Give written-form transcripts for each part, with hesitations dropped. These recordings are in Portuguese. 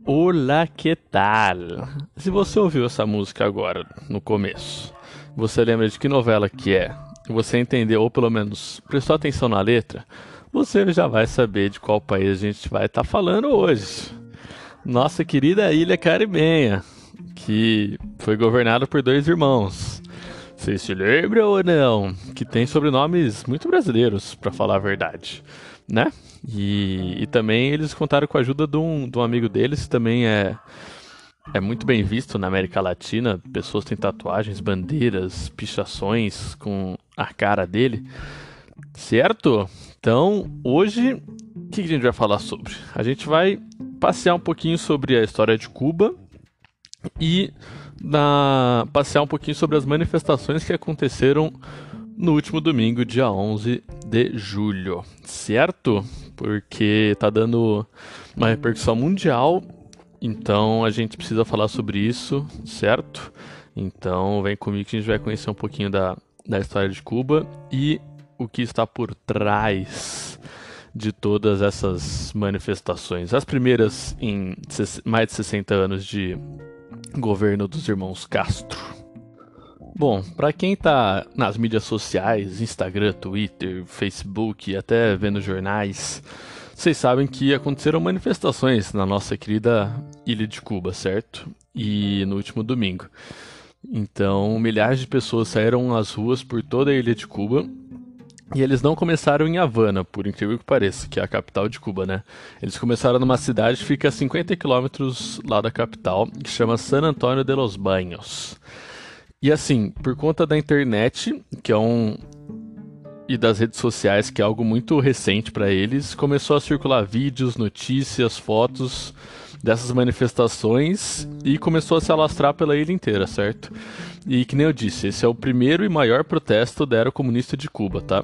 Olá, que tal? Se você ouviu essa música agora, no começo, você lembra de que novela que é? Você entendeu, ou pelo menos prestou atenção na letra? Você já vai saber de qual país a gente vai estar falando hoje. Nossa querida Ilha Caribenha, que foi governada por dois irmãos. Vocês se lembram ou não? Que tem sobrenomes muito brasileiros, pra falar a verdade, né? E também eles contaram com a ajuda de um amigo deles, que também é muito bem visto na América Latina. Pessoas têm tatuagens, bandeiras, pichações com a cara dele, certo? Então, hoje, o que a gente vai falar sobre? A gente vai passear um pouquinho sobre a história de Cuba e passear um pouquinho sobre as manifestações que aconteceram no último domingo, dia 11 de julho, certo? Porque tá dando uma repercussão mundial, então a gente precisa falar sobre isso, certo? Então vem comigo que a gente vai conhecer um pouquinho da história de Cuba e o que está por trás de todas essas manifestações. As primeiras em mais de 60 anos de governo dos irmãos Castro. Bom, para quem tá nas mídias sociais, Instagram, Twitter, Facebook e até vendo jornais, vocês sabem que aconteceram manifestações na nossa querida ilha de Cuba, certo? E no último domingo. Então, milhares de pessoas saíram às ruas por toda a ilha de Cuba. E eles não começaram em Havana, por incrível que pareça, que é a capital de Cuba, né? Eles começaram numa cidade que fica a 50 quilômetros lá da capital, que chama San Antonio de los Baños. E assim, por conta da internet, e das redes sociais, que é algo muito recente para eles, começou a circular vídeos, notícias, fotos dessas manifestações e começou a se alastrar pela ilha inteira, certo? E que nem eu disse, esse é o primeiro e maior protesto da era comunista de Cuba, tá?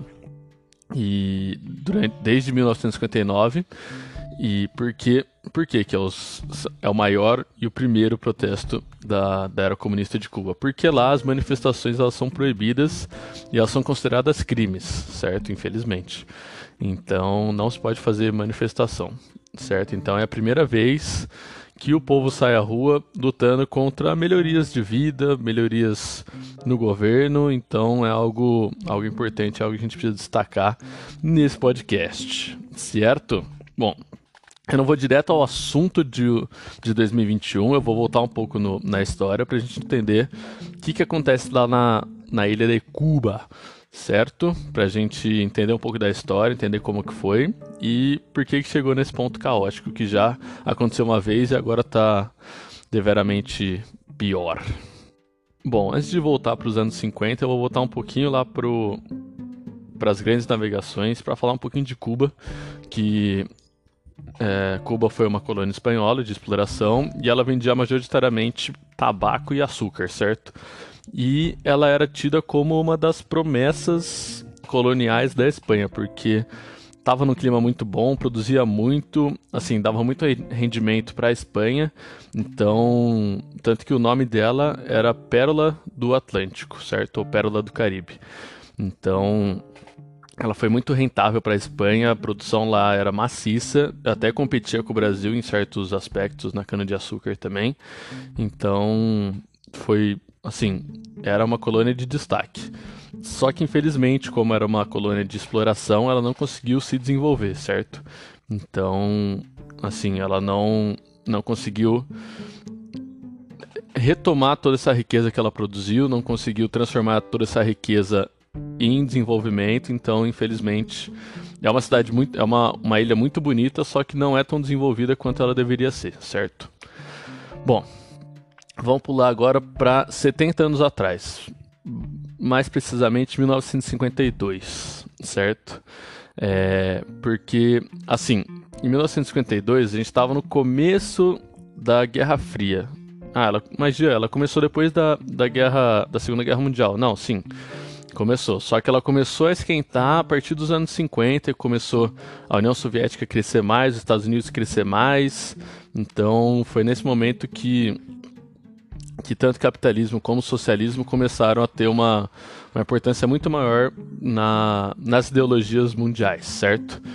E desde 1959. E por quê que é o maior e o primeiro protesto da era comunista de Cuba? Porque lá as manifestações elas são proibidas e elas são consideradas crimes, certo? Infelizmente. Então não se pode fazer manifestação, certo? Então é a primeira vez que o povo sai à rua lutando contra melhorias de vida, melhorias no governo. Então é algo importante, algo que a gente precisa destacar nesse podcast, certo? Bom, eu não vou direto ao assunto de 2021, eu vou voltar um pouco na história para a gente entender o que acontece lá na ilha de Cuba, certo? Para a gente entender um pouco da história, entender como que foi e por que chegou nesse ponto caótico que já aconteceu uma vez e agora está deveramente pior. Bom, antes de voltar para os anos 50, eu vou voltar um pouquinho lá para as grandes navegações para falar um pouquinho de Cuba, que Cuba foi uma colônia espanhola de exploração e ela vendia majoritariamente tabaco e açúcar, certo? E ela era tida como uma das promessas coloniais da Espanha, porque estava num clima muito bom, produzia muito, assim, dava muito rendimento para a Espanha, então, tanto que o nome dela era Pérola do Atlântico, certo? Ou Pérola do Caribe. Então, ela foi muito rentável para a Espanha, a produção lá era maciça, até competia com o Brasil em certos aspectos, na cana-de-açúcar também. Então, foi, assim, era uma colônia de destaque. Só que, infelizmente, como era uma colônia de exploração, ela não conseguiu se desenvolver, certo? Então, assim, ela não conseguiu retomar toda essa riqueza que ela produziu, não conseguiu transformar toda essa riqueza em desenvolvimento, então infelizmente é uma cidade uma ilha muito bonita, só que não é tão desenvolvida quanto ela deveria ser, certo? Bom, vamos pular agora para 70 anos atrás, mais precisamente 1952, certo? Porque, assim, em 1952 a gente estava no começo da Guerra Fria. Ela começou depois da Segunda Guerra Mundial. Não, sim. Começou, só que ela começou a esquentar a partir dos anos 50 e começou a União Soviética a crescer mais, os Estados Unidos a crescer mais. Então foi nesse momento que tanto capitalismo como socialismo começaram a ter uma importância muito maior nas ideologias mundiais, certo?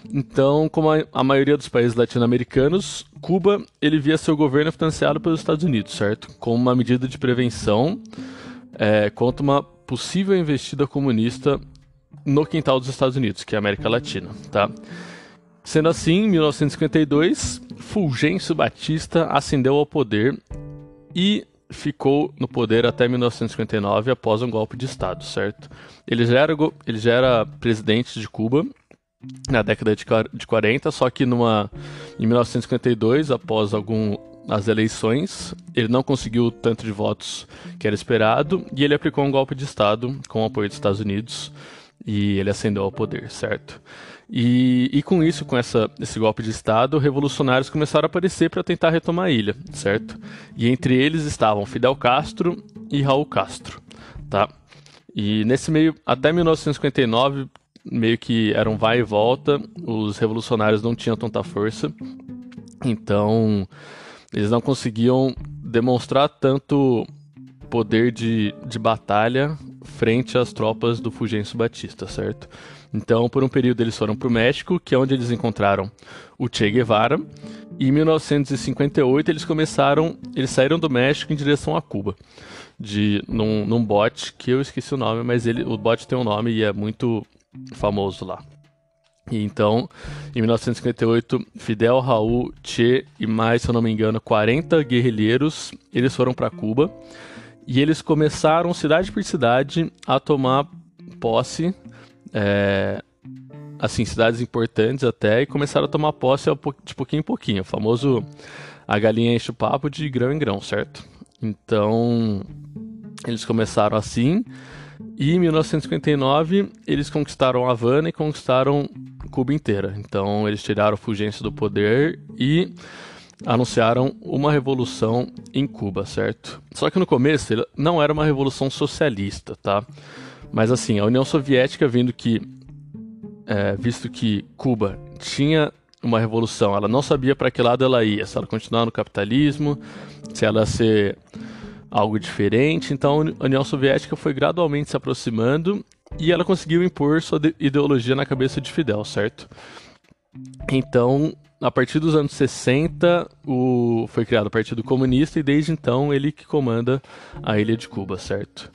Então, como a maioria dos países latino-americanos, Cuba ele via seu governo financiado pelos Estados Unidos, certo? Como uma medida de prevenção contra uma possível investida comunista no quintal dos Estados Unidos, que é a América Latina, tá? Sendo assim, em 1952, Fulgêncio Batista ascendeu ao poder e ficou no poder até 1959 após um golpe de Estado, certo? Ele já era presidente de Cuba na década de 40, só que em 1952, após as eleições, ele não conseguiu o tanto de votos que era esperado e ele aplicou um golpe de Estado com o apoio dos Estados Unidos e ele ascendeu ao poder, certo? E com isso, com esse golpe de Estado, revolucionários começaram a aparecer para tentar retomar a ilha, certo? E entre eles estavam Fidel Castro e Raul Castro, tá? E nesse meio, até 1959, meio que era um vai e volta, os revolucionários não tinham tanta força, então eles não conseguiam demonstrar tanto poder de batalha frente às tropas do Fulgêncio Batista, certo? Então, por um período, eles foram para o México, que é onde eles encontraram o Che Guevara. E em 1958, eles saíram do México em direção a Cuba, num bote, que eu esqueci o nome, mas o bote tem um nome e é muito famoso lá. E então, em 1958, Fidel, Raul, Che e mais, se eu não me engano, 40 guerrilheiros, eles foram para Cuba. E eles começaram, cidade por cidade, a tomar posse, cidades importantes até, e começaram a tomar posse de pouquinho em pouquinho. O famoso, a galinha enche o papo de grão em grão, certo? Então, eles começaram assim, e em 1959, eles conquistaram Havana e conquistaram Cuba inteira. Então, eles tiraram o Fulgêncio do poder e anunciaram uma revolução em Cuba, certo? Só que no começo ele não era uma revolução socialista, tá? Mas assim, a União Soviética, visto que Cuba tinha uma revolução, ela não sabia para que lado ela ia, se ela continuar no capitalismo, se ela ia ser algo diferente. Então a União Soviética foi gradualmente se aproximando e ela conseguiu impor sua ideologia na cabeça de Fidel, certo? Então, a partir dos anos 60, foi criado o Partido Comunista e desde então ele que comanda a ilha de Cuba, certo?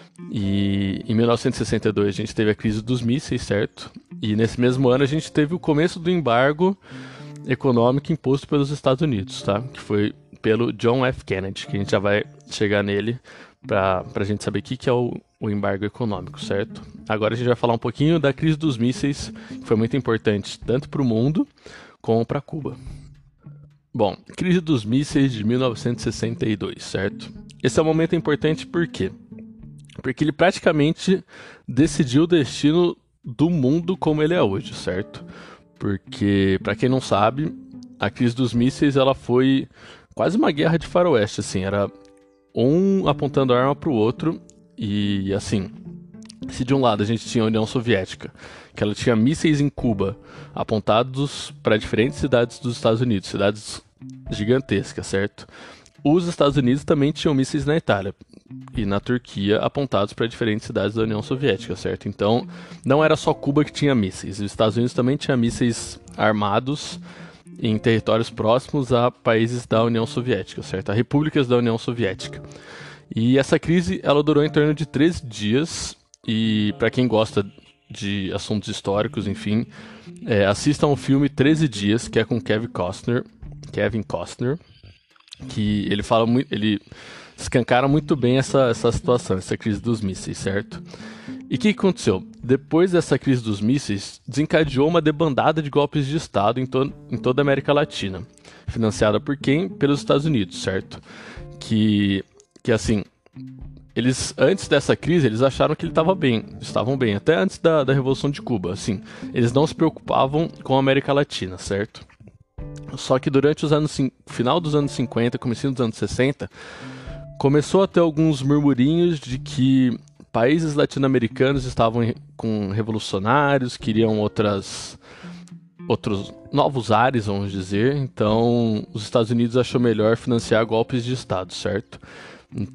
E em 1962 a gente teve a crise dos mísseis, certo? E nesse mesmo ano a gente teve o começo do embargo econômico imposto pelos Estados Unidos, tá? Que foi pelo John F. Kennedy, que a gente já vai chegar nele pra gente saber o que é o embargo econômico, certo? Agora a gente vai falar um pouquinho da crise dos mísseis, que foi muito importante tanto para o mundo como para Cuba. Bom, crise dos mísseis de 1962, certo? Esse é um momento importante por quê? Porque ele praticamente decidiu o destino do mundo como ele é hoje, certo? Porque, para quem não sabe, a crise dos mísseis ela foi quase uma guerra de faroeste, assim, era um apontando a arma para o outro e, assim, se de um lado a gente tinha a União Soviética, que ela tinha mísseis em Cuba apontados para diferentes cidades dos Estados Unidos, cidades gigantescas, certo? Os Estados Unidos também tinham mísseis na Itália e na Turquia apontados para diferentes cidades da União Soviética, certo? Então, não era só Cuba que tinha mísseis, os Estados Unidos também tinha mísseis armados em territórios próximos a países da União Soviética, certo? A repúblicas da União Soviética. E essa crise, ela durou em torno de 13 dias, e para quem gosta de assuntos históricos, enfim, assistam o filme 13 Dias, que é com Kevin Costner, que ele escancara muito bem essa situação, essa crise dos mísseis, certo? E o que aconteceu? Depois dessa crise dos mísseis, desencadeou uma debandada de golpes de Estado em toda a América Latina. Financiada por quem? Pelos Estados Unidos, certo? Que assim, eles, antes dessa crise, eles acharam que estavam bem, até antes da Revolução de Cuba, assim. Eles não se preocupavam com a América Latina, certo? Só que durante final dos anos 50, comecinho dos anos 60, começou a ter alguns murmurinhos de que países latino-americanos estavam com revolucionários, queriam outros novos ares, vamos dizer. Então, os Estados Unidos achou melhor financiar golpes de Estado, certo?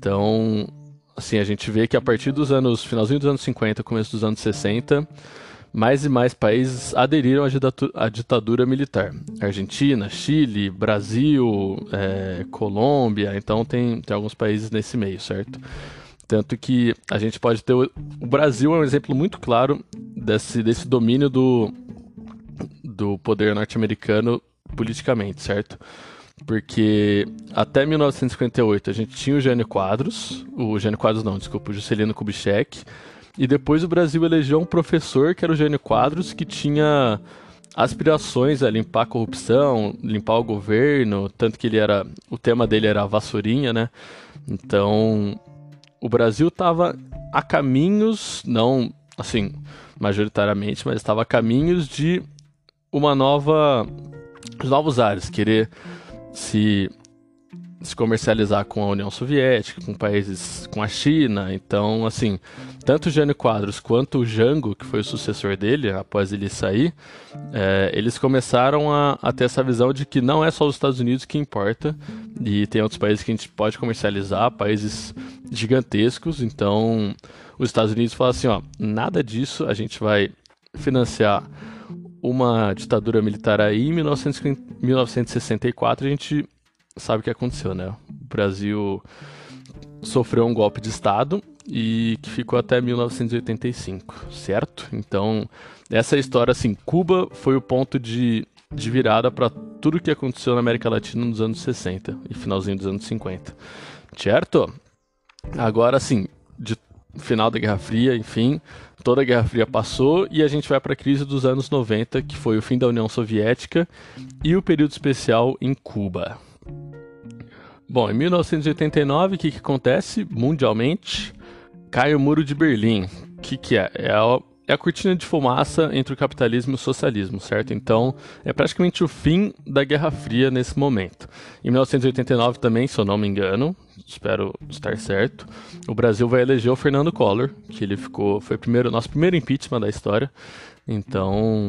Então, assim, a gente vê que a partir finalzinho dos anos 50, começo dos anos 60, mais e mais países aderiram à ditadura militar. Argentina, Chile, Brasil, Colômbia, então tem alguns países nesse meio, certo? Tanto que a gente pode ter... O Brasil é um exemplo muito claro desse domínio do poder norte-americano politicamente, certo? Porque até 1958 a gente tinha o Jânio Quadros, o Juscelino Kubitschek, e depois o Brasil elegeu um professor que era o Jânio Quadros, que tinha aspirações a limpar a corrupção, limpar o governo, tanto que o tema dele era a vassourinha, né? Então, o Brasil estava a caminhos, não assim, majoritariamente, mas estava a caminhos de os novos ares, querer se comercializar com a União Soviética, com países, com a China. Então, assim, tanto o Jânio Quadros quanto o Jango, que foi o sucessor dele, após ele sair, eles começaram a ter essa visão de que não é só os Estados Unidos que importa, e tem outros países que a gente pode comercializar, países gigantescos. Então, os Estados Unidos falam assim, ó, nada disso, a gente vai financiar uma ditadura militar aí. Em 1964 a gente sabe o que aconteceu, né? O Brasil sofreu um golpe de Estado e que ficou até 1985, certo? Então, essa história, assim, Cuba foi o ponto de virada para tudo o que aconteceu na América Latina nos anos 60 e finalzinho dos anos 50, certo? Agora, assim, de final da Guerra Fria, enfim, toda a Guerra Fria passou e a gente vai para a crise dos anos 90, que foi o fim da União Soviética e o período especial em Cuba. Bom, em 1989, o que acontece mundialmente? Cai o Muro de Berlim. O que é? É a cortina de fumaça entre o capitalismo e o socialismo, certo? Então, é praticamente o fim da Guerra Fria nesse momento. Em 1989 também, se eu não me engano, espero estar certo, o Brasil vai eleger o Fernando Collor, que ele foi o nosso primeiro impeachment da história. Então,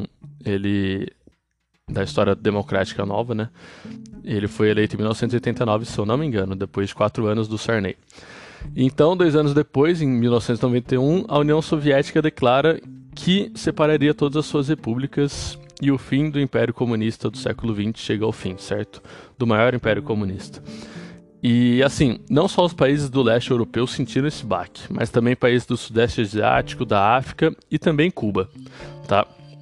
da história democrática nova, né? Ele foi eleito em 1989, se eu não me engano, depois de 4 anos do Sarney. Então, 2 anos depois, em 1991, a União Soviética declara que separaria todas as suas repúblicas e o fim do Império Comunista do século XX chega ao fim, certo? Do maior Império Comunista. E, assim, não só os países do leste europeu sentiram esse baque, mas também países do Sudeste Asiático, da África e também Cuba, tá?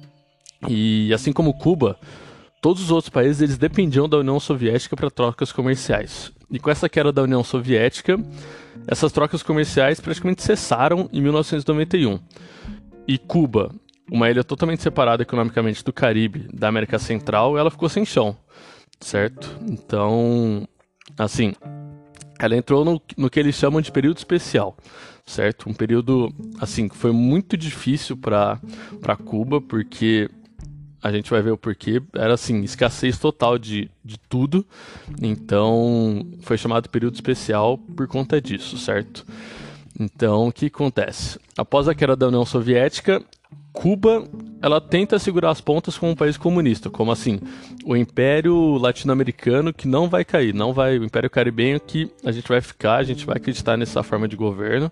E, assim como Cuba, todos os outros países eles dependiam da União Soviética para trocas comerciais. E com essa queda da União Soviética, essas trocas comerciais praticamente cessaram em 1991. E Cuba, uma ilha totalmente separada economicamente do Caribe, da América Central, ela ficou sem chão, certo? Então, assim, ela entrou no que eles chamam de período especial, certo? Um período, assim, que foi muito difícil para Cuba, porque a gente vai ver o porquê, era assim, escassez total de tudo, então foi chamado período especial por conta disso, certo? Então, o que acontece? Após a queda da União Soviética, Cuba, ela tenta segurar as pontas como um país comunista, como assim, o Império Latino-Americano que não vai cair, o Império Caribenho que a gente vai acreditar nessa forma de governo.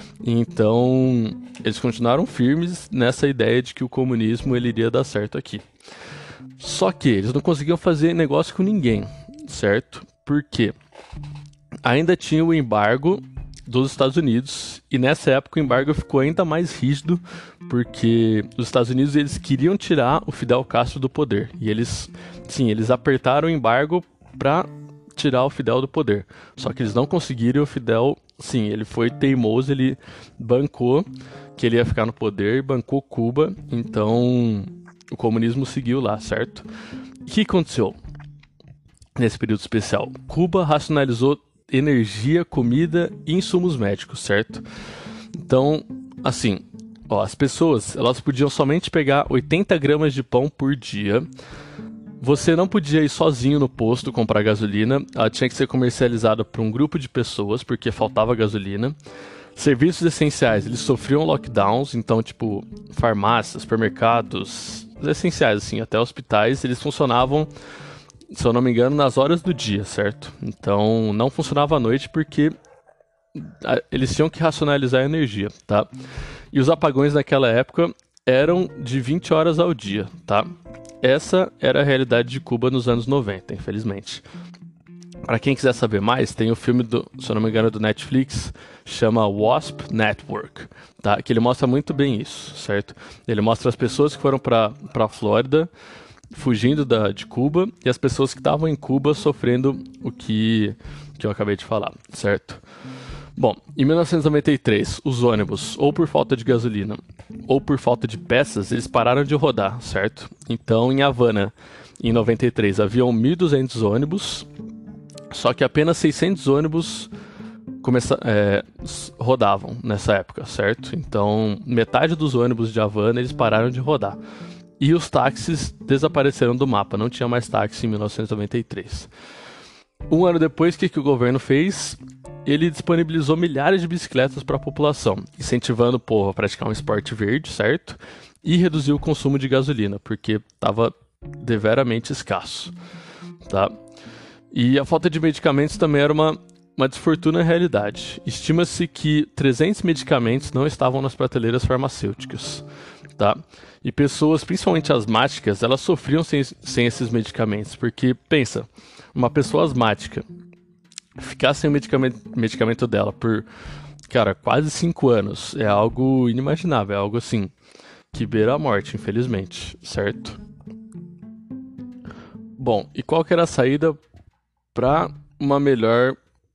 Então, eles continuaram firmes nessa ideia de que o comunismo ele iria dar certo aqui. Só que eles não conseguiam fazer negócio com ninguém, certo? Porque ainda tinha o embargo dos Estados Unidos, e nessa época o embargo ficou ainda mais rígido, porque os Estados Unidos eles queriam tirar o Fidel Castro do poder, e eles apertaram o embargo para tirar o Fidel do poder. Só que eles não conseguiram. O Fidel, sim, ele foi teimoso, ele bancou que ele ia ficar no poder, bancou Cuba, então o comunismo seguiu lá, certo? O que aconteceu nesse período especial? Cuba racionalizou energia, comida e insumos médicos, certo? Então, assim, as pessoas, elas podiam somente pegar 80 gramas de pão por dia. Você não podia ir sozinho no posto comprar gasolina, ela tinha que ser comercializada por um grupo de pessoas, porque faltava gasolina. Serviços essenciais, eles sofriam lockdowns, então, tipo, farmácias, supermercados, essenciais, assim, até hospitais, eles funcionavam, se eu não me engano, nas horas do dia, certo? Então, não funcionava à noite porque eles tinham que racionalizar a energia, tá? E os apagões naquela época, eram de 20 horas ao dia, tá? Essa era a realidade de Cuba nos anos 90, infelizmente. Para quem quiser saber mais, tem o filme, se eu não me engano, do Netflix, chama Wasp Network, tá? Que ele mostra muito bem isso, certo? Ele mostra as pessoas que foram para a Flórida, fugindo de Cuba, e as pessoas que estavam em Cuba sofrendo o que eu acabei de falar, certo? Bom, em 1993, os ônibus, ou por falta de gasolina, ou por falta de peças, eles pararam de rodar, certo? Então, em Havana, em 93, haviam 1.200 ônibus, só que apenas 600 ônibus rodavam nessa época, certo? Então, metade dos ônibus de Havana, eles pararam de rodar. E os táxis desapareceram do mapa, não tinha mais táxi em 1993. Um ano depois, o que o governo fez? Ele disponibilizou milhares de bicicletas para a população, incentivando o povo a praticar um esporte verde, certo? E reduziu o consumo de gasolina, porque estava deveramente escasso, tá? E a falta de medicamentos também era uma desfortuna realidade. Estima-se que 300 medicamentos não estavam nas prateleiras farmacêuticas, tá? E pessoas, principalmente asmáticas, elas sofriam sem esses medicamentos, porque, pensa, uma pessoa asmática ficar sem o medicamento dela por, cara, quase 5 anos é algo inimaginável, é algo assim, que beira a morte, infelizmente, certo? Bom, e qual que era a saída para uma melhor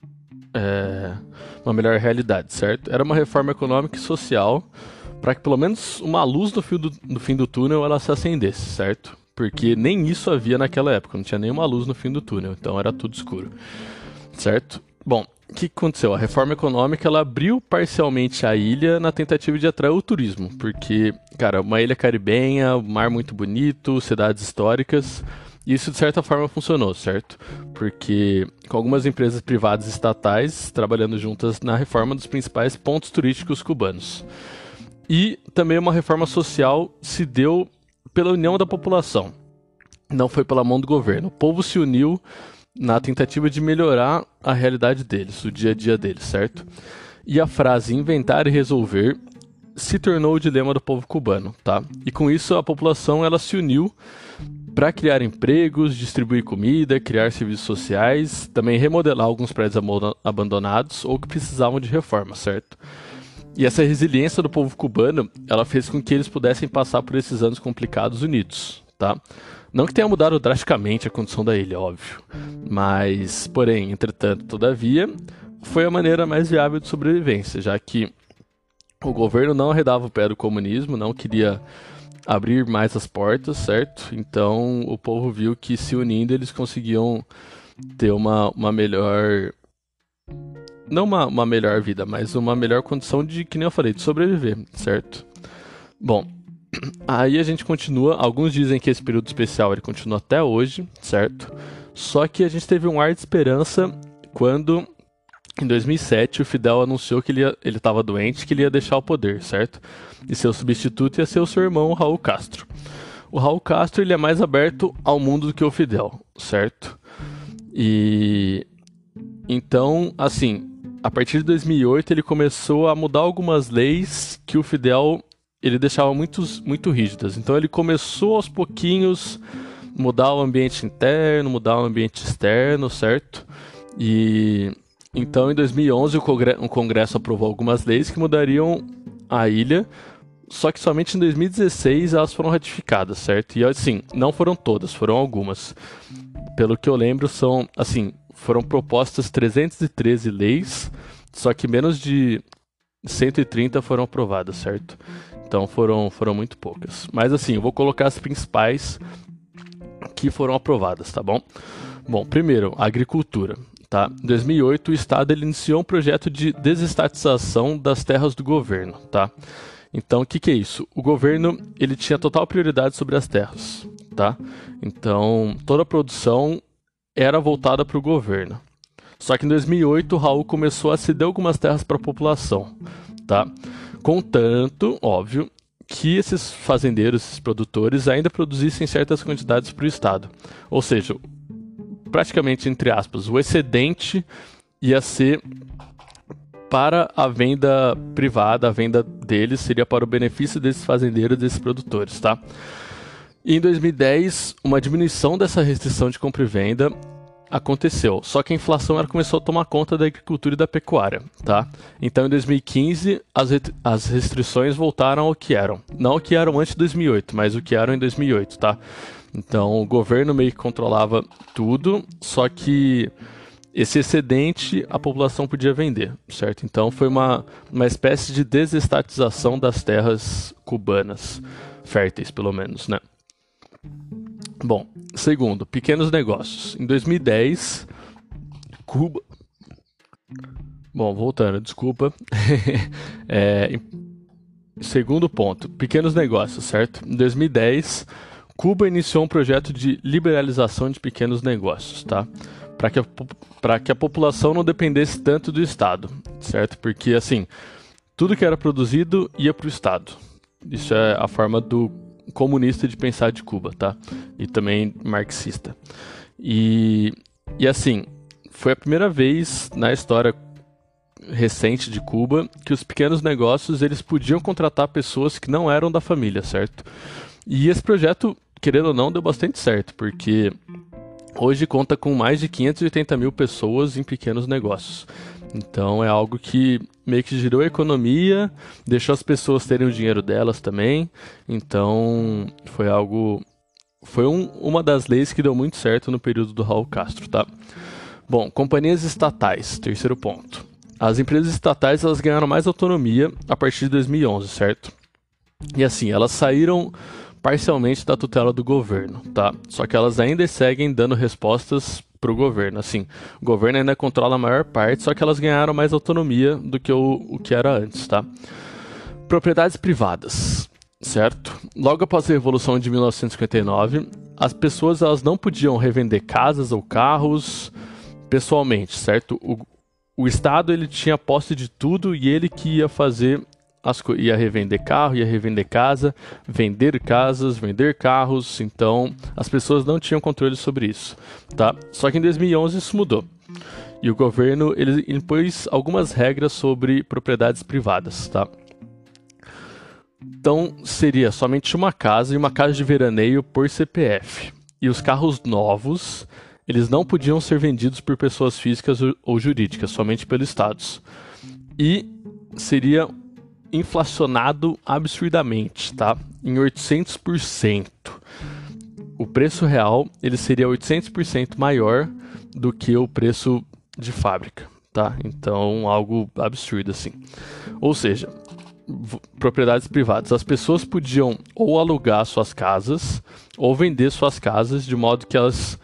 realidade, certo? Era uma reforma econômica e social para que pelo menos uma luz no fim do túnel ela se acendesse, certo? Porque nem isso havia naquela época, não tinha nenhuma luz no fim do túnel, então era tudo escuro, certo? Bom, o que aconteceu? A reforma econômica ela abriu parcialmente a ilha na tentativa de atrair o turismo, porque, cara, uma ilha caribenha, mar muito bonito, cidades históricas. Isso, de certa forma, funcionou, certo? Porque com algumas empresas privadas e estatais trabalhando juntas na reforma dos principais pontos turísticos cubanos. E também uma reforma social se deu pela união da população. Não foi pela mão do governo. O povo se uniu na tentativa de melhorar a realidade deles, o dia a dia deles, certo? E a frase inventar e resolver se tornou o dilema do povo cubano, tá? E com isso a população ela se uniu para criar empregos, distribuir comida, criar serviços sociais, também remodelar alguns prédios abandonados ou que precisavam de reforma, certo? E essa resiliência do povo cubano, ela fez com que eles pudessem passar por esses anos complicados unidos, tá? Não que tenha mudado drasticamente a condição da ilha, óbvio, mas, porém, entretanto, todavia, foi a maneira mais viável de sobrevivência, já que o governo não arredava o pé do comunismo, não queria abrir mais as portas, certo? Então o povo viu que se unindo eles conseguiam ter uma melhor... Não uma melhor vida, mas uma melhor condição de, que nem eu falei, de sobreviver, certo? Bom, aí a gente continua, alguns dizem que esse período especial ele continua até hoje, certo? Só que a gente teve um ar de esperança quando... Em 2007, o Fidel anunciou que ele estava doente, que ele ia deixar o poder, certo? E seu substituto ia ser o seu irmão, Raul Castro. O Raul Castro ele é mais aberto ao mundo do que o Fidel, certo? E então, assim, a partir de 2008 ele começou a mudar algumas leis que o Fidel ele deixava muito rígidas. Então ele começou aos pouquinhos mudar o ambiente interno, mudar o ambiente externo, certo? E então, em 2011, o Congresso aprovou algumas leis que mudariam a ilha, só que somente em 2016 elas foram ratificadas, certo? E assim, não foram todas, foram algumas. Pelo que eu lembro, foram propostas 313 leis, só que menos de 130 foram aprovadas, certo? Então foram muito poucas. Mas assim, eu vou colocar as principais que foram aprovadas, tá bom? Bom, primeiro, a agricultura. Tá? Em 2008, o Estado ele iniciou um projeto de desestatização das terras do governo. Tá? Então, o que é isso? O governo ele tinha total prioridade sobre as terras. Tá? Então, toda a produção era voltada para o governo. Só que em 2008, o Raul começou a ceder algumas terras para a população. Tá? Contanto, óbvio, que esses fazendeiros, esses produtores, ainda produzissem certas quantidades para o Estado. Ou seja, praticamente, entre aspas, o excedente ia ser para a venda privada, a venda deles seria para o benefício desses fazendeiros, desses produtores, tá? E em 2010, uma diminuição dessa restrição de compra e venda aconteceu, só que a inflação ela começou a tomar conta da agricultura e da pecuária, tá? Então em 2015 as restrições voltaram ao que eram, não o que eram antes de 2008, mas o que eram em 2008, tá? Então o governo meio que controlava tudo, só que esse excedente a população podia vender, certo? Então foi uma espécie de desestatização das terras cubanas, férteis pelo menos, né? Bom, segundo, pequenos negócios. Em 2010, Cuba... Bom, voltando, desculpa. Segundo ponto, pequenos negócios, certo? Em 2010, Cuba iniciou um projeto de liberalização de pequenos negócios, tá? Para que a população não dependesse tanto do Estado, certo? Porque, assim, tudo que era produzido ia para o Estado. Isso é a forma do comunista de pensar de Cuba, tá? E também marxista. E assim, foi a primeira vez na história recente de Cuba que os pequenos negócios eles podiam contratar pessoas que não eram da família, certo? E esse projeto, querendo ou não, deu bastante certo, porque hoje conta com mais de 580 mil pessoas em pequenos negócios. Então é algo que meio que girou a economia, deixou as pessoas terem o dinheiro delas também. Então foi uma das leis que deu muito certo no período do Raul Castro, tá? Bom, companhias estatais, terceiro ponto. As empresas estatais elas ganharam mais autonomia a partir de 2011, certo? E assim, elas saíram parcialmente da tutela do governo, tá? Só que elas ainda seguem dando respostas para o governo. Assim, o governo ainda controla a maior parte, só que elas ganharam mais autonomia do que o que era antes, tá? Propriedades privadas, certo? Logo após a Revolução de 1959, as pessoas elas não podiam revender casas ou carros pessoalmente, certo? O Estado ele tinha posse de tudo e ele que ia fazer ia revender carro, ia revender casa, vender casas, vender carros, então as pessoas não tinham controle sobre isso, tá? Só que em 2011 isso mudou. E o governo ele impôs algumas regras sobre propriedades privadas, tá? Então seria somente uma casa e uma casa de veraneio por CPF. E os carros novos, eles não podiam ser vendidos por pessoas físicas ou jurídicas, somente pelos estados. E seria inflacionado absurdamente, tá? Em 800%. O preço real ele seria 800% maior do que o preço de fábrica, tá? Então, algo absurdo assim. Ou seja, propriedades privadas. As pessoas podiam ou alugar suas casas ou vender suas casas de modo que elas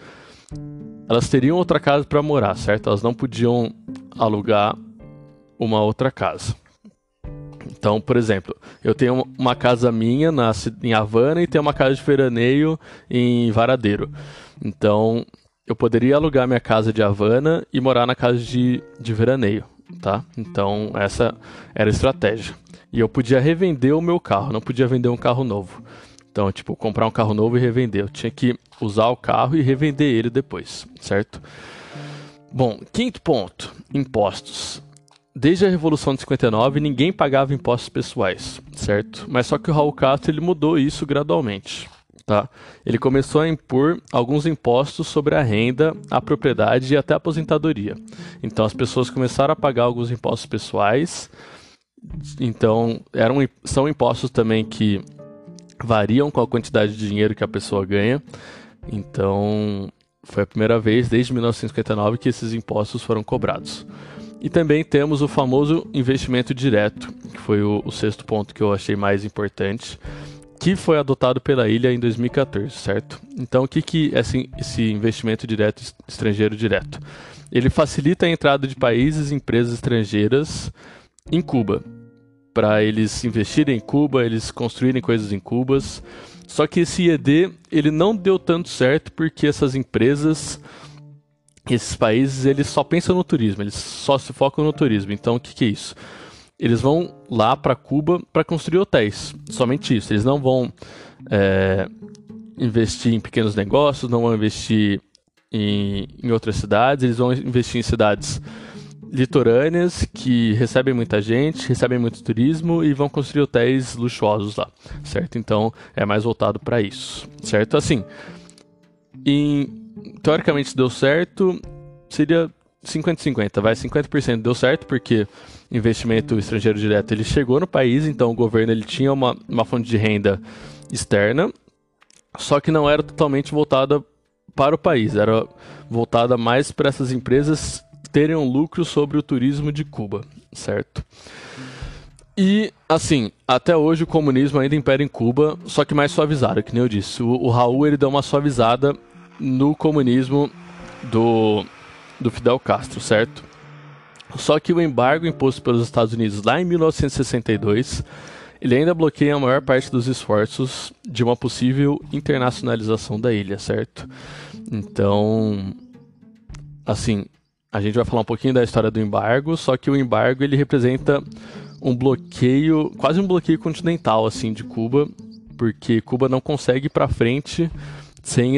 teriam outra casa para morar, certo? Elas não podiam alugar uma outra casa. Então, por exemplo, eu tenho uma casa minha em Havana e tenho uma casa de veraneio em Varadeiro. Então, eu poderia alugar minha casa de Havana e morar na casa de veraneio, tá? Então, essa era a estratégia. E eu podia revender o meu carro, não podia vender um carro novo. Então, tipo, comprar um carro novo e revender. Eu tinha que usar o carro e revender ele depois, certo? Bom, quinto ponto, impostos. Desde a Revolução de 59, ninguém pagava impostos pessoais, certo? Mas só que o Raul Castro ele mudou isso gradualmente, tá? Ele começou a impor alguns impostos sobre a renda, a propriedade e até a aposentadoria. Então as pessoas começaram a pagar alguns impostos pessoais. Então são impostos também que variam com a quantidade de dinheiro que a pessoa ganha. Então foi a primeira vez desde 1959 que esses impostos foram cobrados. E também temos o famoso investimento direto, que foi o sexto ponto que eu achei mais importante, que foi adotado pela ilha em 2014, certo? Então, o que é esse investimento direto estrangeiro direto? Ele facilita a entrada de países e empresas estrangeiras em Cuba, para eles investirem em Cuba, eles construírem coisas em Cuba. Só que esse IED ele não deu tanto certo porque essas empresas... Esses países, eles só pensam no turismo, eles só se focam no turismo. Então, o que é isso? Eles vão lá para Cuba para construir hotéis, somente isso. Eles não vão investir em pequenos negócios, não vão investir em outras cidades, eles vão investir em cidades litorâneas que recebem muita gente, recebem muito turismo e vão construir hotéis luxuosos lá, certo? Então é mais voltado para isso, certo? Assim, teoricamente deu certo, seria 50-50, vai, 50% deu certo porque investimento estrangeiro direto ele chegou no país, então o governo ele tinha uma fonte de renda externa, só que não era totalmente voltada para o país, era voltada mais para essas empresas terem um lucro sobre o turismo de Cuba, certo? E, assim, até hoje o comunismo ainda impera em Cuba, só que mais suavizado, que nem eu disse. O Raul, ele deu uma suavizada no comunismo do Fidel Castro, certo? Só que o embargo imposto pelos Estados Unidos lá em 1962, ele ainda bloqueia a maior parte dos esforços de uma possível internacionalização da ilha, certo? Então, assim, a gente vai falar um pouquinho da história do embargo, só que o embargo ele representa um bloqueio, quase um bloqueio continental assim de Cuba, porque Cuba não consegue ir para frente sem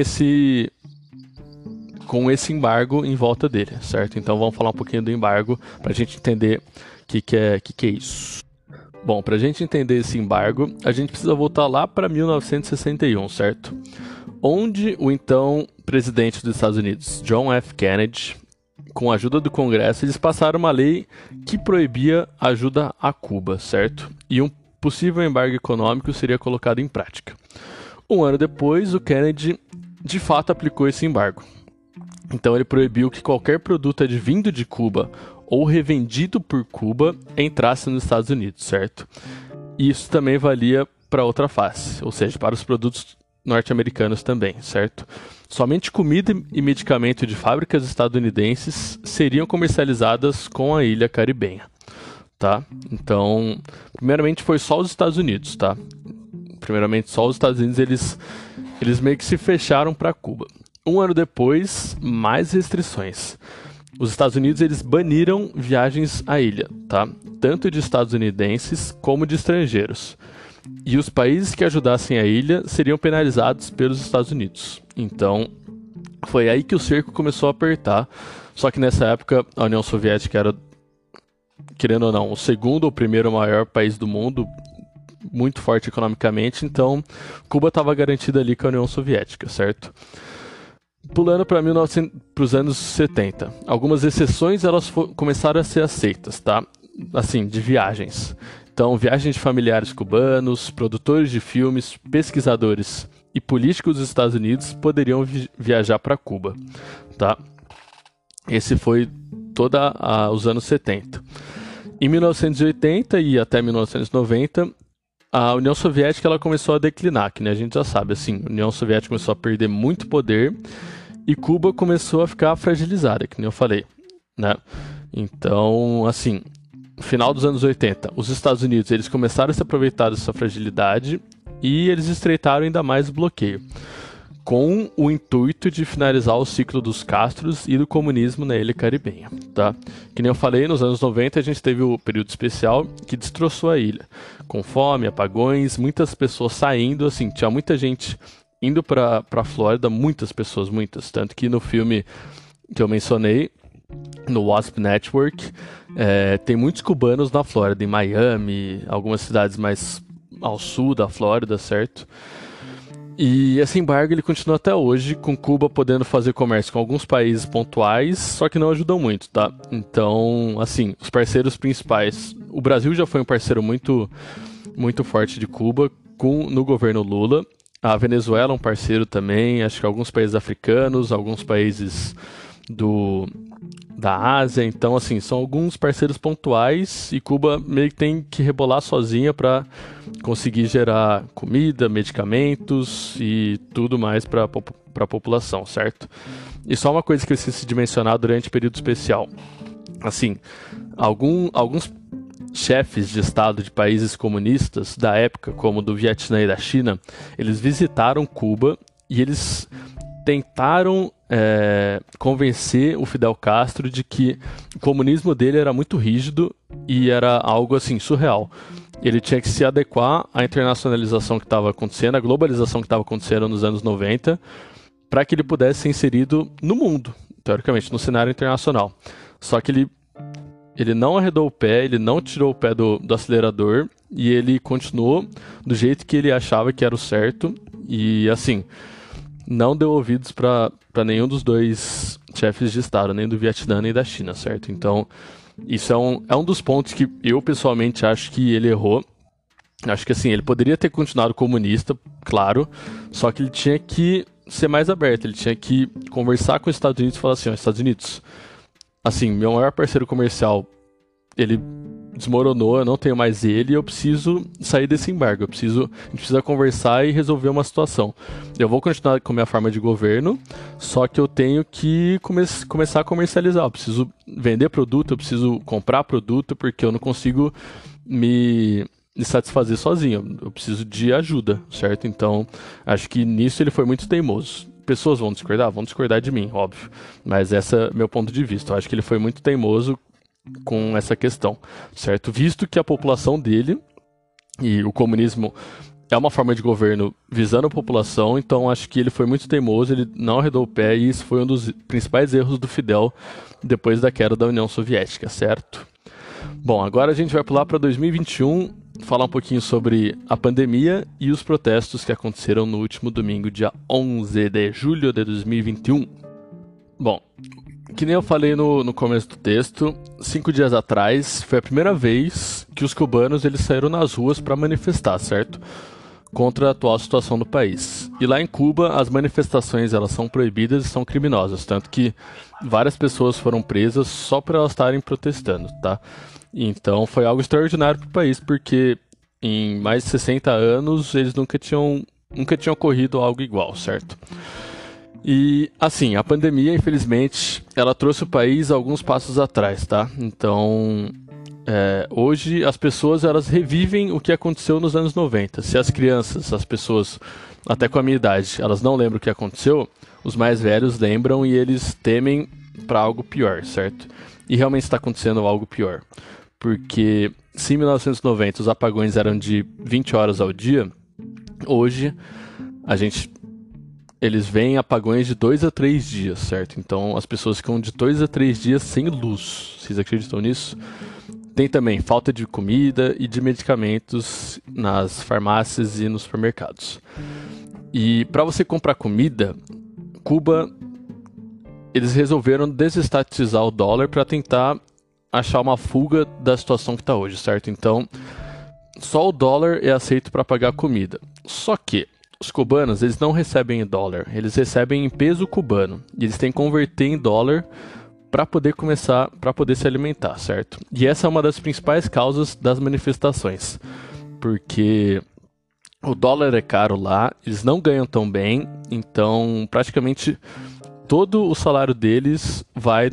com esse embargo em volta dele, certo? Então vamos falar um pouquinho do embargo para a gente entender o que é isso. Bom, para a gente entender esse embargo, a gente precisa voltar lá para 1961, certo? Onde o então presidente dos Estados Unidos, John F. Kennedy, com a ajuda do Congresso, eles passaram uma lei que proibia ajuda a Cuba, certo? E um possível embargo econômico seria colocado em prática. Um ano depois, o Kennedy de fato aplicou esse embargo. Então ele proibiu que qualquer produto advindo de Cuba ou revendido por Cuba entrasse nos Estados Unidos, certo? E isso também valia para outra face, ou seja, para os produtos norte-americanos também, certo? Somente comida e medicamento de fábricas estadunidenses seriam comercializadas com a ilha caribenha, tá? Então, primeiramente foi só os Estados Unidos, tá? Primeiramente só os Estados Unidos, eles meio que se fecharam para Cuba. Um ano depois, mais restrições. Os Estados Unidos, eles baniram viagens à ilha, tá? Tanto de estadunidenses como de estrangeiros. E os países que ajudassem a ilha seriam penalizados pelos Estados Unidos. Então, foi aí que o cerco começou a apertar. Só que nessa época, a União Soviética era, querendo ou não, o segundo ou primeiro maior país do mundo, muito forte economicamente. Então, Cuba estava garantida ali com a União Soviética, certo? Pulando para os anos 70. Algumas exceções elas começaram a ser aceitas, tá? Assim, de viagens. Então, viagens de familiares cubanos, produtores de filmes, pesquisadores e políticos dos Estados Unidos poderiam viajar para Cuba, tá? Esse foi todos os anos 70. Em 1980 e até 1990, a União Soviética ela começou a declinar, que né, a gente já sabe, assim, a União Soviética começou a perder muito poder e Cuba começou a ficar fragilizada, que nem eu falei, né? Então, assim, no final dos anos 80, os Estados Unidos eles começaram a se aproveitar dessa fragilidade e eles estreitaram ainda mais o bloqueio, com o intuito de finalizar o ciclo dos Castros e do comunismo na ilha caribenha, tá? Que nem eu falei, nos anos 90 a gente teve o período especial que destroçou a ilha, com fome, apagões, muitas pessoas saindo, assim, tinha muita gente indo para a Flórida, muitas pessoas, tanto que no filme que eu mencionei, no Wasp Network, tem muitos cubanos na Flórida, em Miami, algumas cidades mais ao sul da Flórida, certo? E esse embargo ele continua até hoje, com Cuba podendo fazer comércio com alguns países pontuais, só que não ajudam muito, tá? Então, assim, os parceiros principais... O Brasil já foi um parceiro muito, muito forte de Cuba no governo Lula. A Venezuela é um parceiro também, acho que alguns países africanos, alguns países da Ásia. Então, assim, são alguns parceiros pontuais e Cuba meio que tem que rebolar sozinha para conseguir gerar comida, medicamentos e tudo mais para a população, certo? E só uma coisa que eu esqueci de mencionar durante o período especial. Assim, alguns chefes de estado de países comunistas da época, como do Vietnã e da China, eles visitaram Cuba e eles tentaram convencer o Fidel Castro de que o comunismo dele era muito rígido e era algo assim surreal. Ele tinha que se adequar à internacionalização que estava acontecendo, à globalização que estava acontecendo nos anos 90, para que ele pudesse ser inserido no mundo, teoricamente, no cenário internacional. Só que ele ele não arredou o pé, ele não tirou o pé do acelerador e ele continuou do jeito que ele achava que era o certo e, assim, não deu ouvidos para nenhum dos dois chefes de Estado, nem do Vietnã nem da China, certo? Então, isso é um dos pontos que eu, pessoalmente, acho que ele errou. Acho que, assim, ele poderia ter continuado comunista, claro, só que ele tinha que ser mais aberto, ele tinha que conversar com os Estados Unidos e falar assim, ó, Estados Unidos, assim, meu maior parceiro comercial, ele desmoronou, eu não tenho mais ele, eu preciso sair desse embargo, a gente precisa conversar e resolver uma situação. Eu vou continuar com a minha forma de governo, só que eu tenho que começar a comercializar, eu preciso vender produto, eu preciso comprar produto, porque eu não consigo me satisfazer sozinho, eu preciso de ajuda, certo? Então, acho que nisso ele foi muito teimoso. Pessoas vão discordar de mim, óbvio, mas esse é meu ponto de vista. Eu acho que ele foi muito teimoso com essa questão, certo? Visto que a população dele e o comunismo é uma forma de governo visando a população, então acho que ele foi muito teimoso, ele não arredou o pé e isso foi um dos principais erros do Fidel depois da queda da União Soviética, certo? Bom, agora a gente vai pular para 2021, falar um pouquinho sobre a pandemia e os protestos que aconteceram no último domingo, dia 11 de julho de 2021. Bom, que nem eu falei no começo do texto, 5 dias atrás foi a primeira vez que os cubanos eles saíram nas ruas para manifestar, certo? Contra a atual situação do país. E lá em Cuba, as manifestações elas são proibidas e são criminosas, tanto que várias pessoas foram presas só por elas estarem protestando, tá? Então foi algo extraordinário para o país, porque em mais de 60 anos eles nunca tinham ocorrido algo igual, certo? E, assim, a pandemia, infelizmente, ela trouxe o país alguns passos atrás, tá? Então, hoje as pessoas, elas revivem o que aconteceu nos anos 90. Se as crianças, as pessoas, até com a minha idade, elas não lembram o que aconteceu, os mais velhos lembram e eles temem para algo pior, certo? E realmente está acontecendo algo pior. Porque se em 1990 os apagões eram de 20 horas ao dia, hoje eles veem apagões de 2 a 3 dias, certo? Então as pessoas ficam de 2 a 3 dias sem luz. Vocês acreditam nisso? Tem também falta de comida e de medicamentos nas farmácias e nos supermercados. E para você comprar comida, Cuba, eles resolveram desestatizar o dólar para tentar achar uma fuga da situação que está hoje, certo? Então, só o dólar é aceito para pagar comida. Só que os cubanos, eles não recebem em dólar, eles recebem em peso cubano. E eles têm que converter em dólar para poder se alimentar, certo? E essa é uma das principais causas das manifestações. Porque o dólar é caro lá, eles não ganham tão bem, então praticamente todo o salário deles vai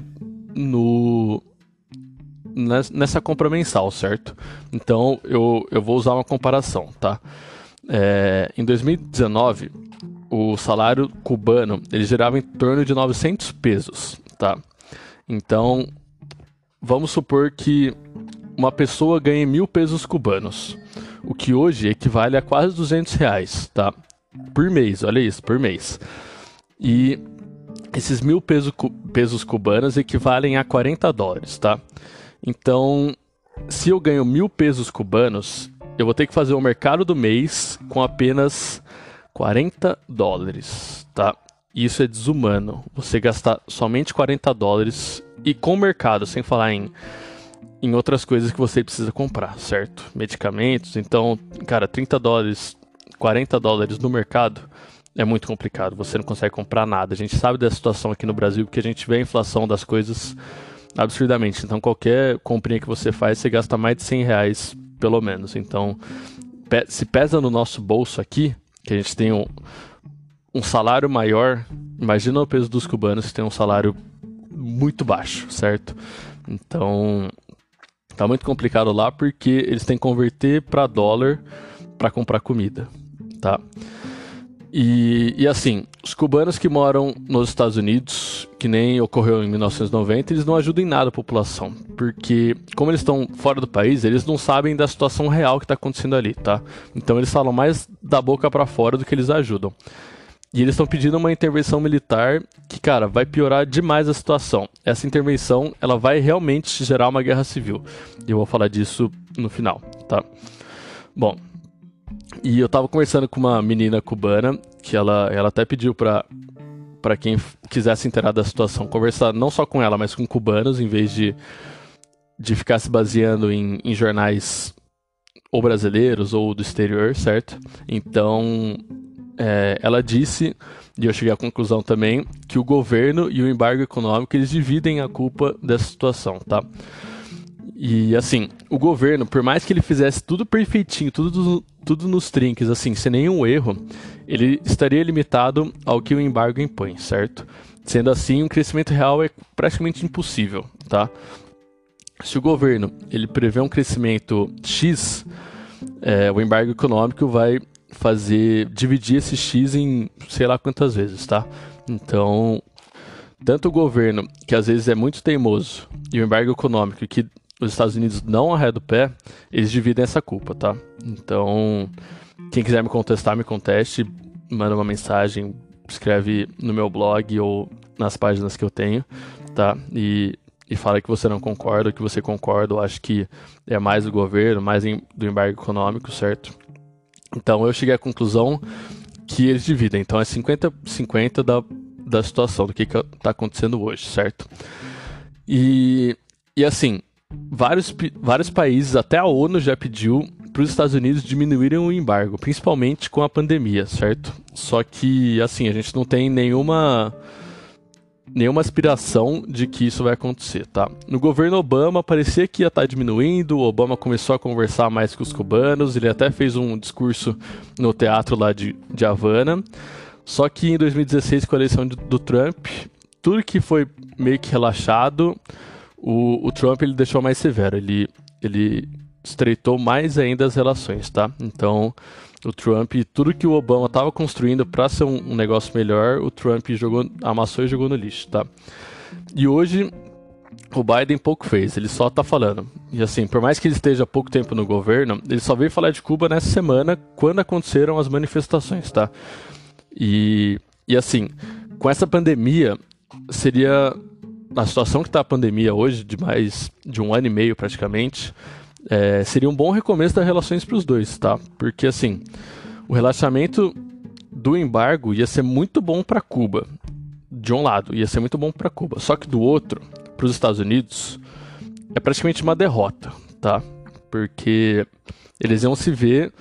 nessa compra mensal, certo? Então eu vou usar uma comparação, tá? Em 2019, o salário cubano ele gerava em torno de 900 pesos, tá? Então, vamos supor que uma pessoa ganhe 1.000 pesos cubanos, o que hoje equivale a quase R$200, tá? Por mês, olha isso, por mês. E esses 1.000 pesos cubanos equivalem a $40, tá? Então, se eu ganho 1.000 pesos cubanos, eu vou ter que fazer o mercado do mês com apenas $40, tá? Isso é desumano. Você gastar somente $40 e com o mercado, sem falar em outras coisas que você precisa comprar, certo? Medicamentos. Então, cara, $30, $40 no mercado é muito complicado. Você não consegue comprar nada. A gente sabe da situação aqui no Brasil, porque a gente vê a inflação das coisas absurdamente. Então, qualquer comprinha que você faz, você gasta mais de R$100, pelo menos. Então, se pesa no nosso bolso aqui, que a gente tem um salário maior, imagina o peso dos cubanos que tem um salário muito baixo, certo? Então, tá muito complicado lá porque eles têm que converter para dólar para comprar comida, tá? E assim, os cubanos que moram nos Estados Unidos, que nem ocorreu em 1990, eles não ajudam em nada a população, porque como eles estão fora do país, eles não sabem da situação real que está acontecendo ali, tá? Então eles falam mais da boca para fora do que eles ajudam. E eles estão pedindo uma intervenção militar que, cara, vai piorar demais a situação. Essa intervenção, ela vai realmente gerar uma guerra civil. E eu vou falar disso no final, tá? Bom, e eu tava conversando com uma menina cubana, que ela até pediu pra quem quisesse inteirar da situação, conversar não só com ela, mas com cubanos, em vez de ficar se baseando em jornais ou brasileiros ou do exterior, certo? Então, ela disse, e eu cheguei à conclusão também, que o governo e o embargo econômico, eles dividem a culpa dessa situação, tá? E assim, o governo, por mais que ele fizesse tudo perfeitinho, tudo nos trinques, assim, sem nenhum erro, ele estaria limitado ao que o embargo impõe, certo? Sendo assim, um crescimento real é praticamente impossível, tá? Se o governo ele prevê um crescimento X, o embargo econômico vai dividir esse X em sei lá quantas vezes, tá? Então, tanto o governo, que às vezes é muito teimoso, e o embargo econômico, que os Estados Unidos não arreda o pé, eles dividem essa culpa, tá? Então, quem quiser me contestar, me conteste, manda uma mensagem, escreve no meu blog ou nas páginas que eu tenho, tá? E fala que você não concorda, que você concorda, ou acha que é mais do governo, mais do embargo econômico, certo? Então eu cheguei à conclusão que eles dividem. Então é 50-50 da situação, do que está acontecendo hoje, certo? E assim, vários países, até a ONU já pediu para os Estados Unidos diminuírem o embargo, principalmente com a pandemia, certo? Só que, assim, a gente não tem nenhuma aspiração de que isso vai acontecer, tá? No governo Obama, parecia que ia estar diminuindo, o Obama começou a conversar mais com os cubanos, ele até fez um discurso no teatro lá de Havana, só que em 2016, com a eleição do Trump, tudo que foi meio que relaxado, o Trump ele deixou mais severo, ele estreitou mais ainda as relações, tá? Então, o Trump, tudo que o Obama estava construindo para ser um negócio melhor, o Trump amassou e jogou no lixo, tá? E hoje, o Biden pouco fez, ele só tá falando. E assim, por mais que ele esteja há pouco tempo no governo, ele só veio falar de Cuba nessa semana, quando aconteceram as manifestações, tá? E assim, com essa pandemia, na situação que tá a pandemia hoje, de mais de 1 ano e meio praticamente, seria um bom recomeço das relações para os dois, tá? Porque assim, o relaxamento do embargo ia ser muito bom para Cuba, de um lado, ia ser muito bom para Cuba. Só que do outro, para os Estados Unidos, é praticamente uma derrota, tá? Porque eles iam se ver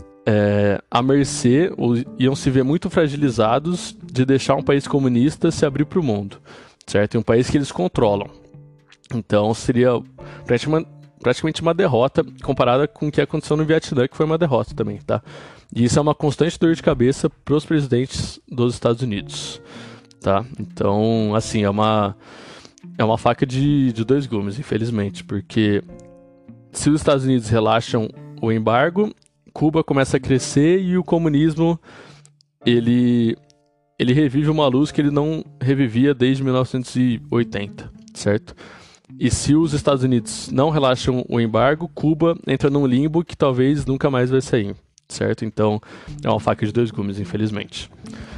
à mercê, ou iam se ver muito fragilizados de deixar um país comunista se abrir para o mundo, certo? E um país que eles controlam. Então seria praticamente uma derrota comparada com o que aconteceu no Vietnã, que foi uma derrota também, tá? E isso é uma constante dor de cabeça para os presidentes dos Estados Unidos, tá? Então, assim, é uma faca de dois gumes, infelizmente, porque se os Estados Unidos relaxam o embargo, Cuba começa a crescer e o comunismo ele revive uma luz que ele não revivia desde 1980, certo? E se os Estados Unidos não relaxam o embargo, Cuba entra num limbo que talvez nunca mais vai sair, certo? Então, é uma faca de dois gumes, infelizmente.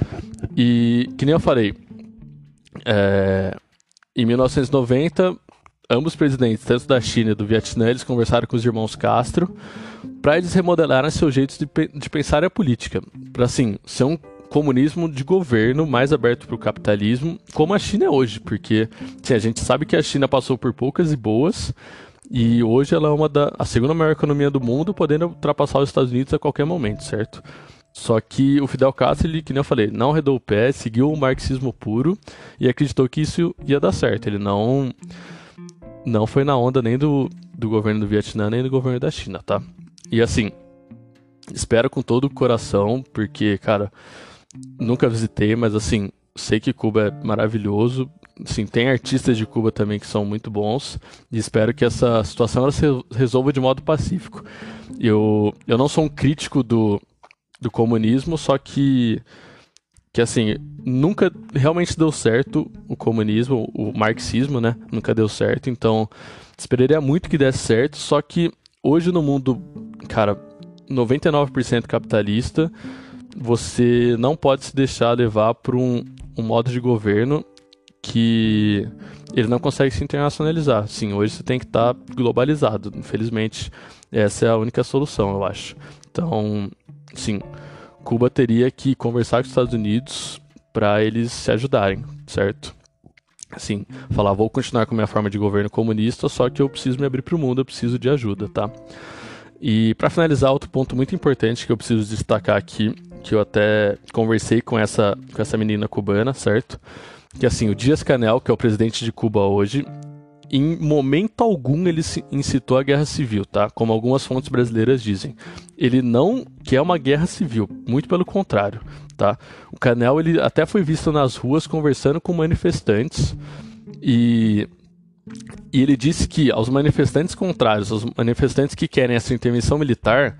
E, que nem eu falei, em 1990, ambos presidentes, tanto da China e do Vietnã, eles conversaram com os irmãos Castro para eles remodelarem seus jeitos de pensar a política, para, assim, ser um comunismo de governo mais aberto para o capitalismo, como a China é hoje, porque a gente sabe que a China passou por poucas e boas, e hoje ela é a segunda maior economia do mundo, podendo ultrapassar os Estados Unidos a qualquer momento, certo? Só que o Fidel Castro, ele, que nem eu falei, não arredou o pé, seguiu o marxismo puro e acreditou que isso ia dar certo. Ele não foi na onda nem do governo do Vietnã, nem do governo da China, tá? E assim, espero com todo o coração, porque, cara, nunca visitei, mas assim, sei que Cuba é maravilhoso. Assim, tem artistas de Cuba também que são muito bons. E espero que essa situação ela se resolva de modo pacífico. Eu não sou um crítico do comunismo, só que assim, nunca realmente deu certo o comunismo, o marxismo, né? Nunca deu certo. Então, esperaria muito que desse certo. Só que hoje no mundo, cara, 99% capitalista, você não pode se deixar levar por um modo de governo que ele não consegue se internacionalizar. Sim, hoje você tem que estar globalizado. Infelizmente, essa é a única solução, eu acho. Então, sim, Cuba teria que conversar com os Estados Unidos para eles se ajudarem, certo? Assim, falar, vou continuar com a minha forma de governo comunista, só que eu preciso me abrir para o mundo, eu preciso de ajuda, tá? E para finalizar, outro ponto muito importante que eu preciso destacar aqui, que eu até conversei com essa menina cubana, certo? Que assim, o Díaz-Canel, que é o presidente de Cuba hoje, em momento algum ele incitou a guerra civil, tá? Como algumas fontes brasileiras dizem. Ele não quer uma guerra civil, muito pelo contrário, tá? O Canel, ele até foi visto nas ruas conversando com manifestantes e ele disse que aos manifestantes contrários, aos manifestantes que querem essa intervenção militar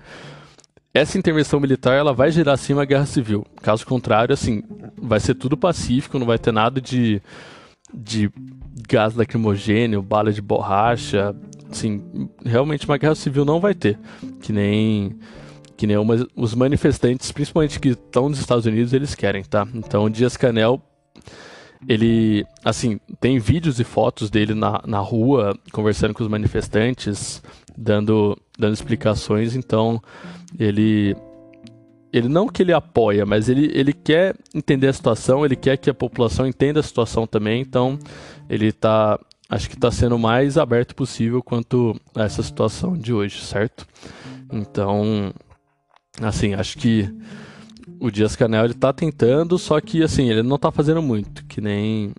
ela vai gerar sim uma guerra civil. Caso contrário, assim, vai ser tudo pacífico, não vai ter nada de gás lacrimogênio, bala de borracha, assim, realmente uma guerra civil não vai ter, que nem os manifestantes, principalmente que estão nos Estados Unidos, eles querem, tá? Então o Díaz-Canel, ele, assim, tem vídeos e fotos dele na rua, conversando com os manifestantes, dando explicações, então ele não que ele apoia, mas ele quer entender a situação, ele quer que a população entenda a situação também, então ele acho que está sendo o mais aberto possível quanto a essa situação de hoje, certo? Então, assim, acho que o Díaz-Canel ele tá tentando, só que assim, ele não tá fazendo muito, que nem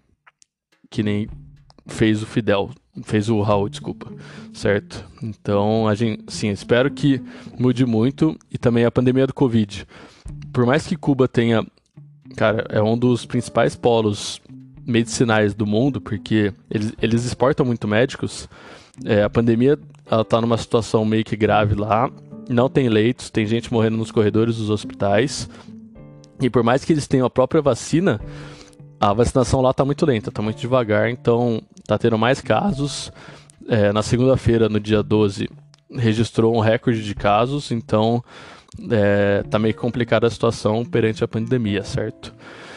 fez o Raul, desculpa, certo? Então, a gente, sim, espero que mude muito. E também a pandemia do Covid. Por mais que Cuba tenha, cara, é um dos principais polos medicinais do mundo, porque eles exportam muito médicos, a pandemia, ela tá numa situação meio que grave lá, não tem leitos, tem gente morrendo nos corredores dos hospitais, e por mais que eles tenham a própria vacina, a vacinação lá tá muito lenta, tá muito devagar, então tá tendo mais casos. Na segunda-feira, no dia 12, registrou um recorde de casos, então tá meio complicada a situação perante a pandemia, certo?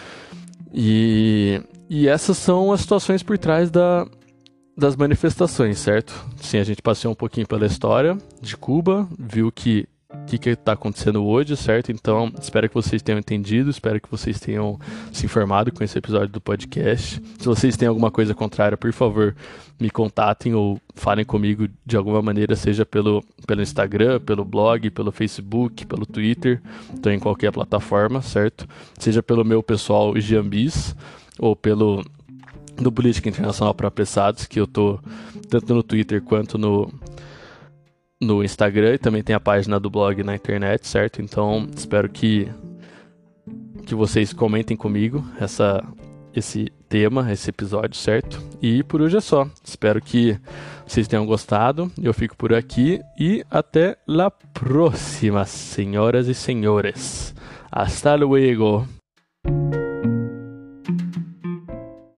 E essas são as situações por trás das manifestações, certo? Sim, a gente passeou um pouquinho pela história de Cuba, viu que está acontecendo hoje, certo? Então, espero que vocês tenham entendido, espero que vocês tenham se informado com esse episódio do podcast. Se vocês têm alguma coisa contrária, por favor, me contatem ou falem comigo de alguma maneira, seja pelo Instagram, pelo blog, pelo Facebook, pelo Twitter, então em qualquer plataforma, certo? Seja pelo meu pessoal Giambis ou do Política Internacional para Apressados, que eu tô tanto no Twitter quanto no Instagram, e também tem a página do blog na internet, certo? Então, espero que vocês comentem comigo esse tema, esse episódio, certo? E por hoje é só. Espero que vocês tenham gostado. Eu fico por aqui e até la próxima, senhoras e senhores. Hasta luego!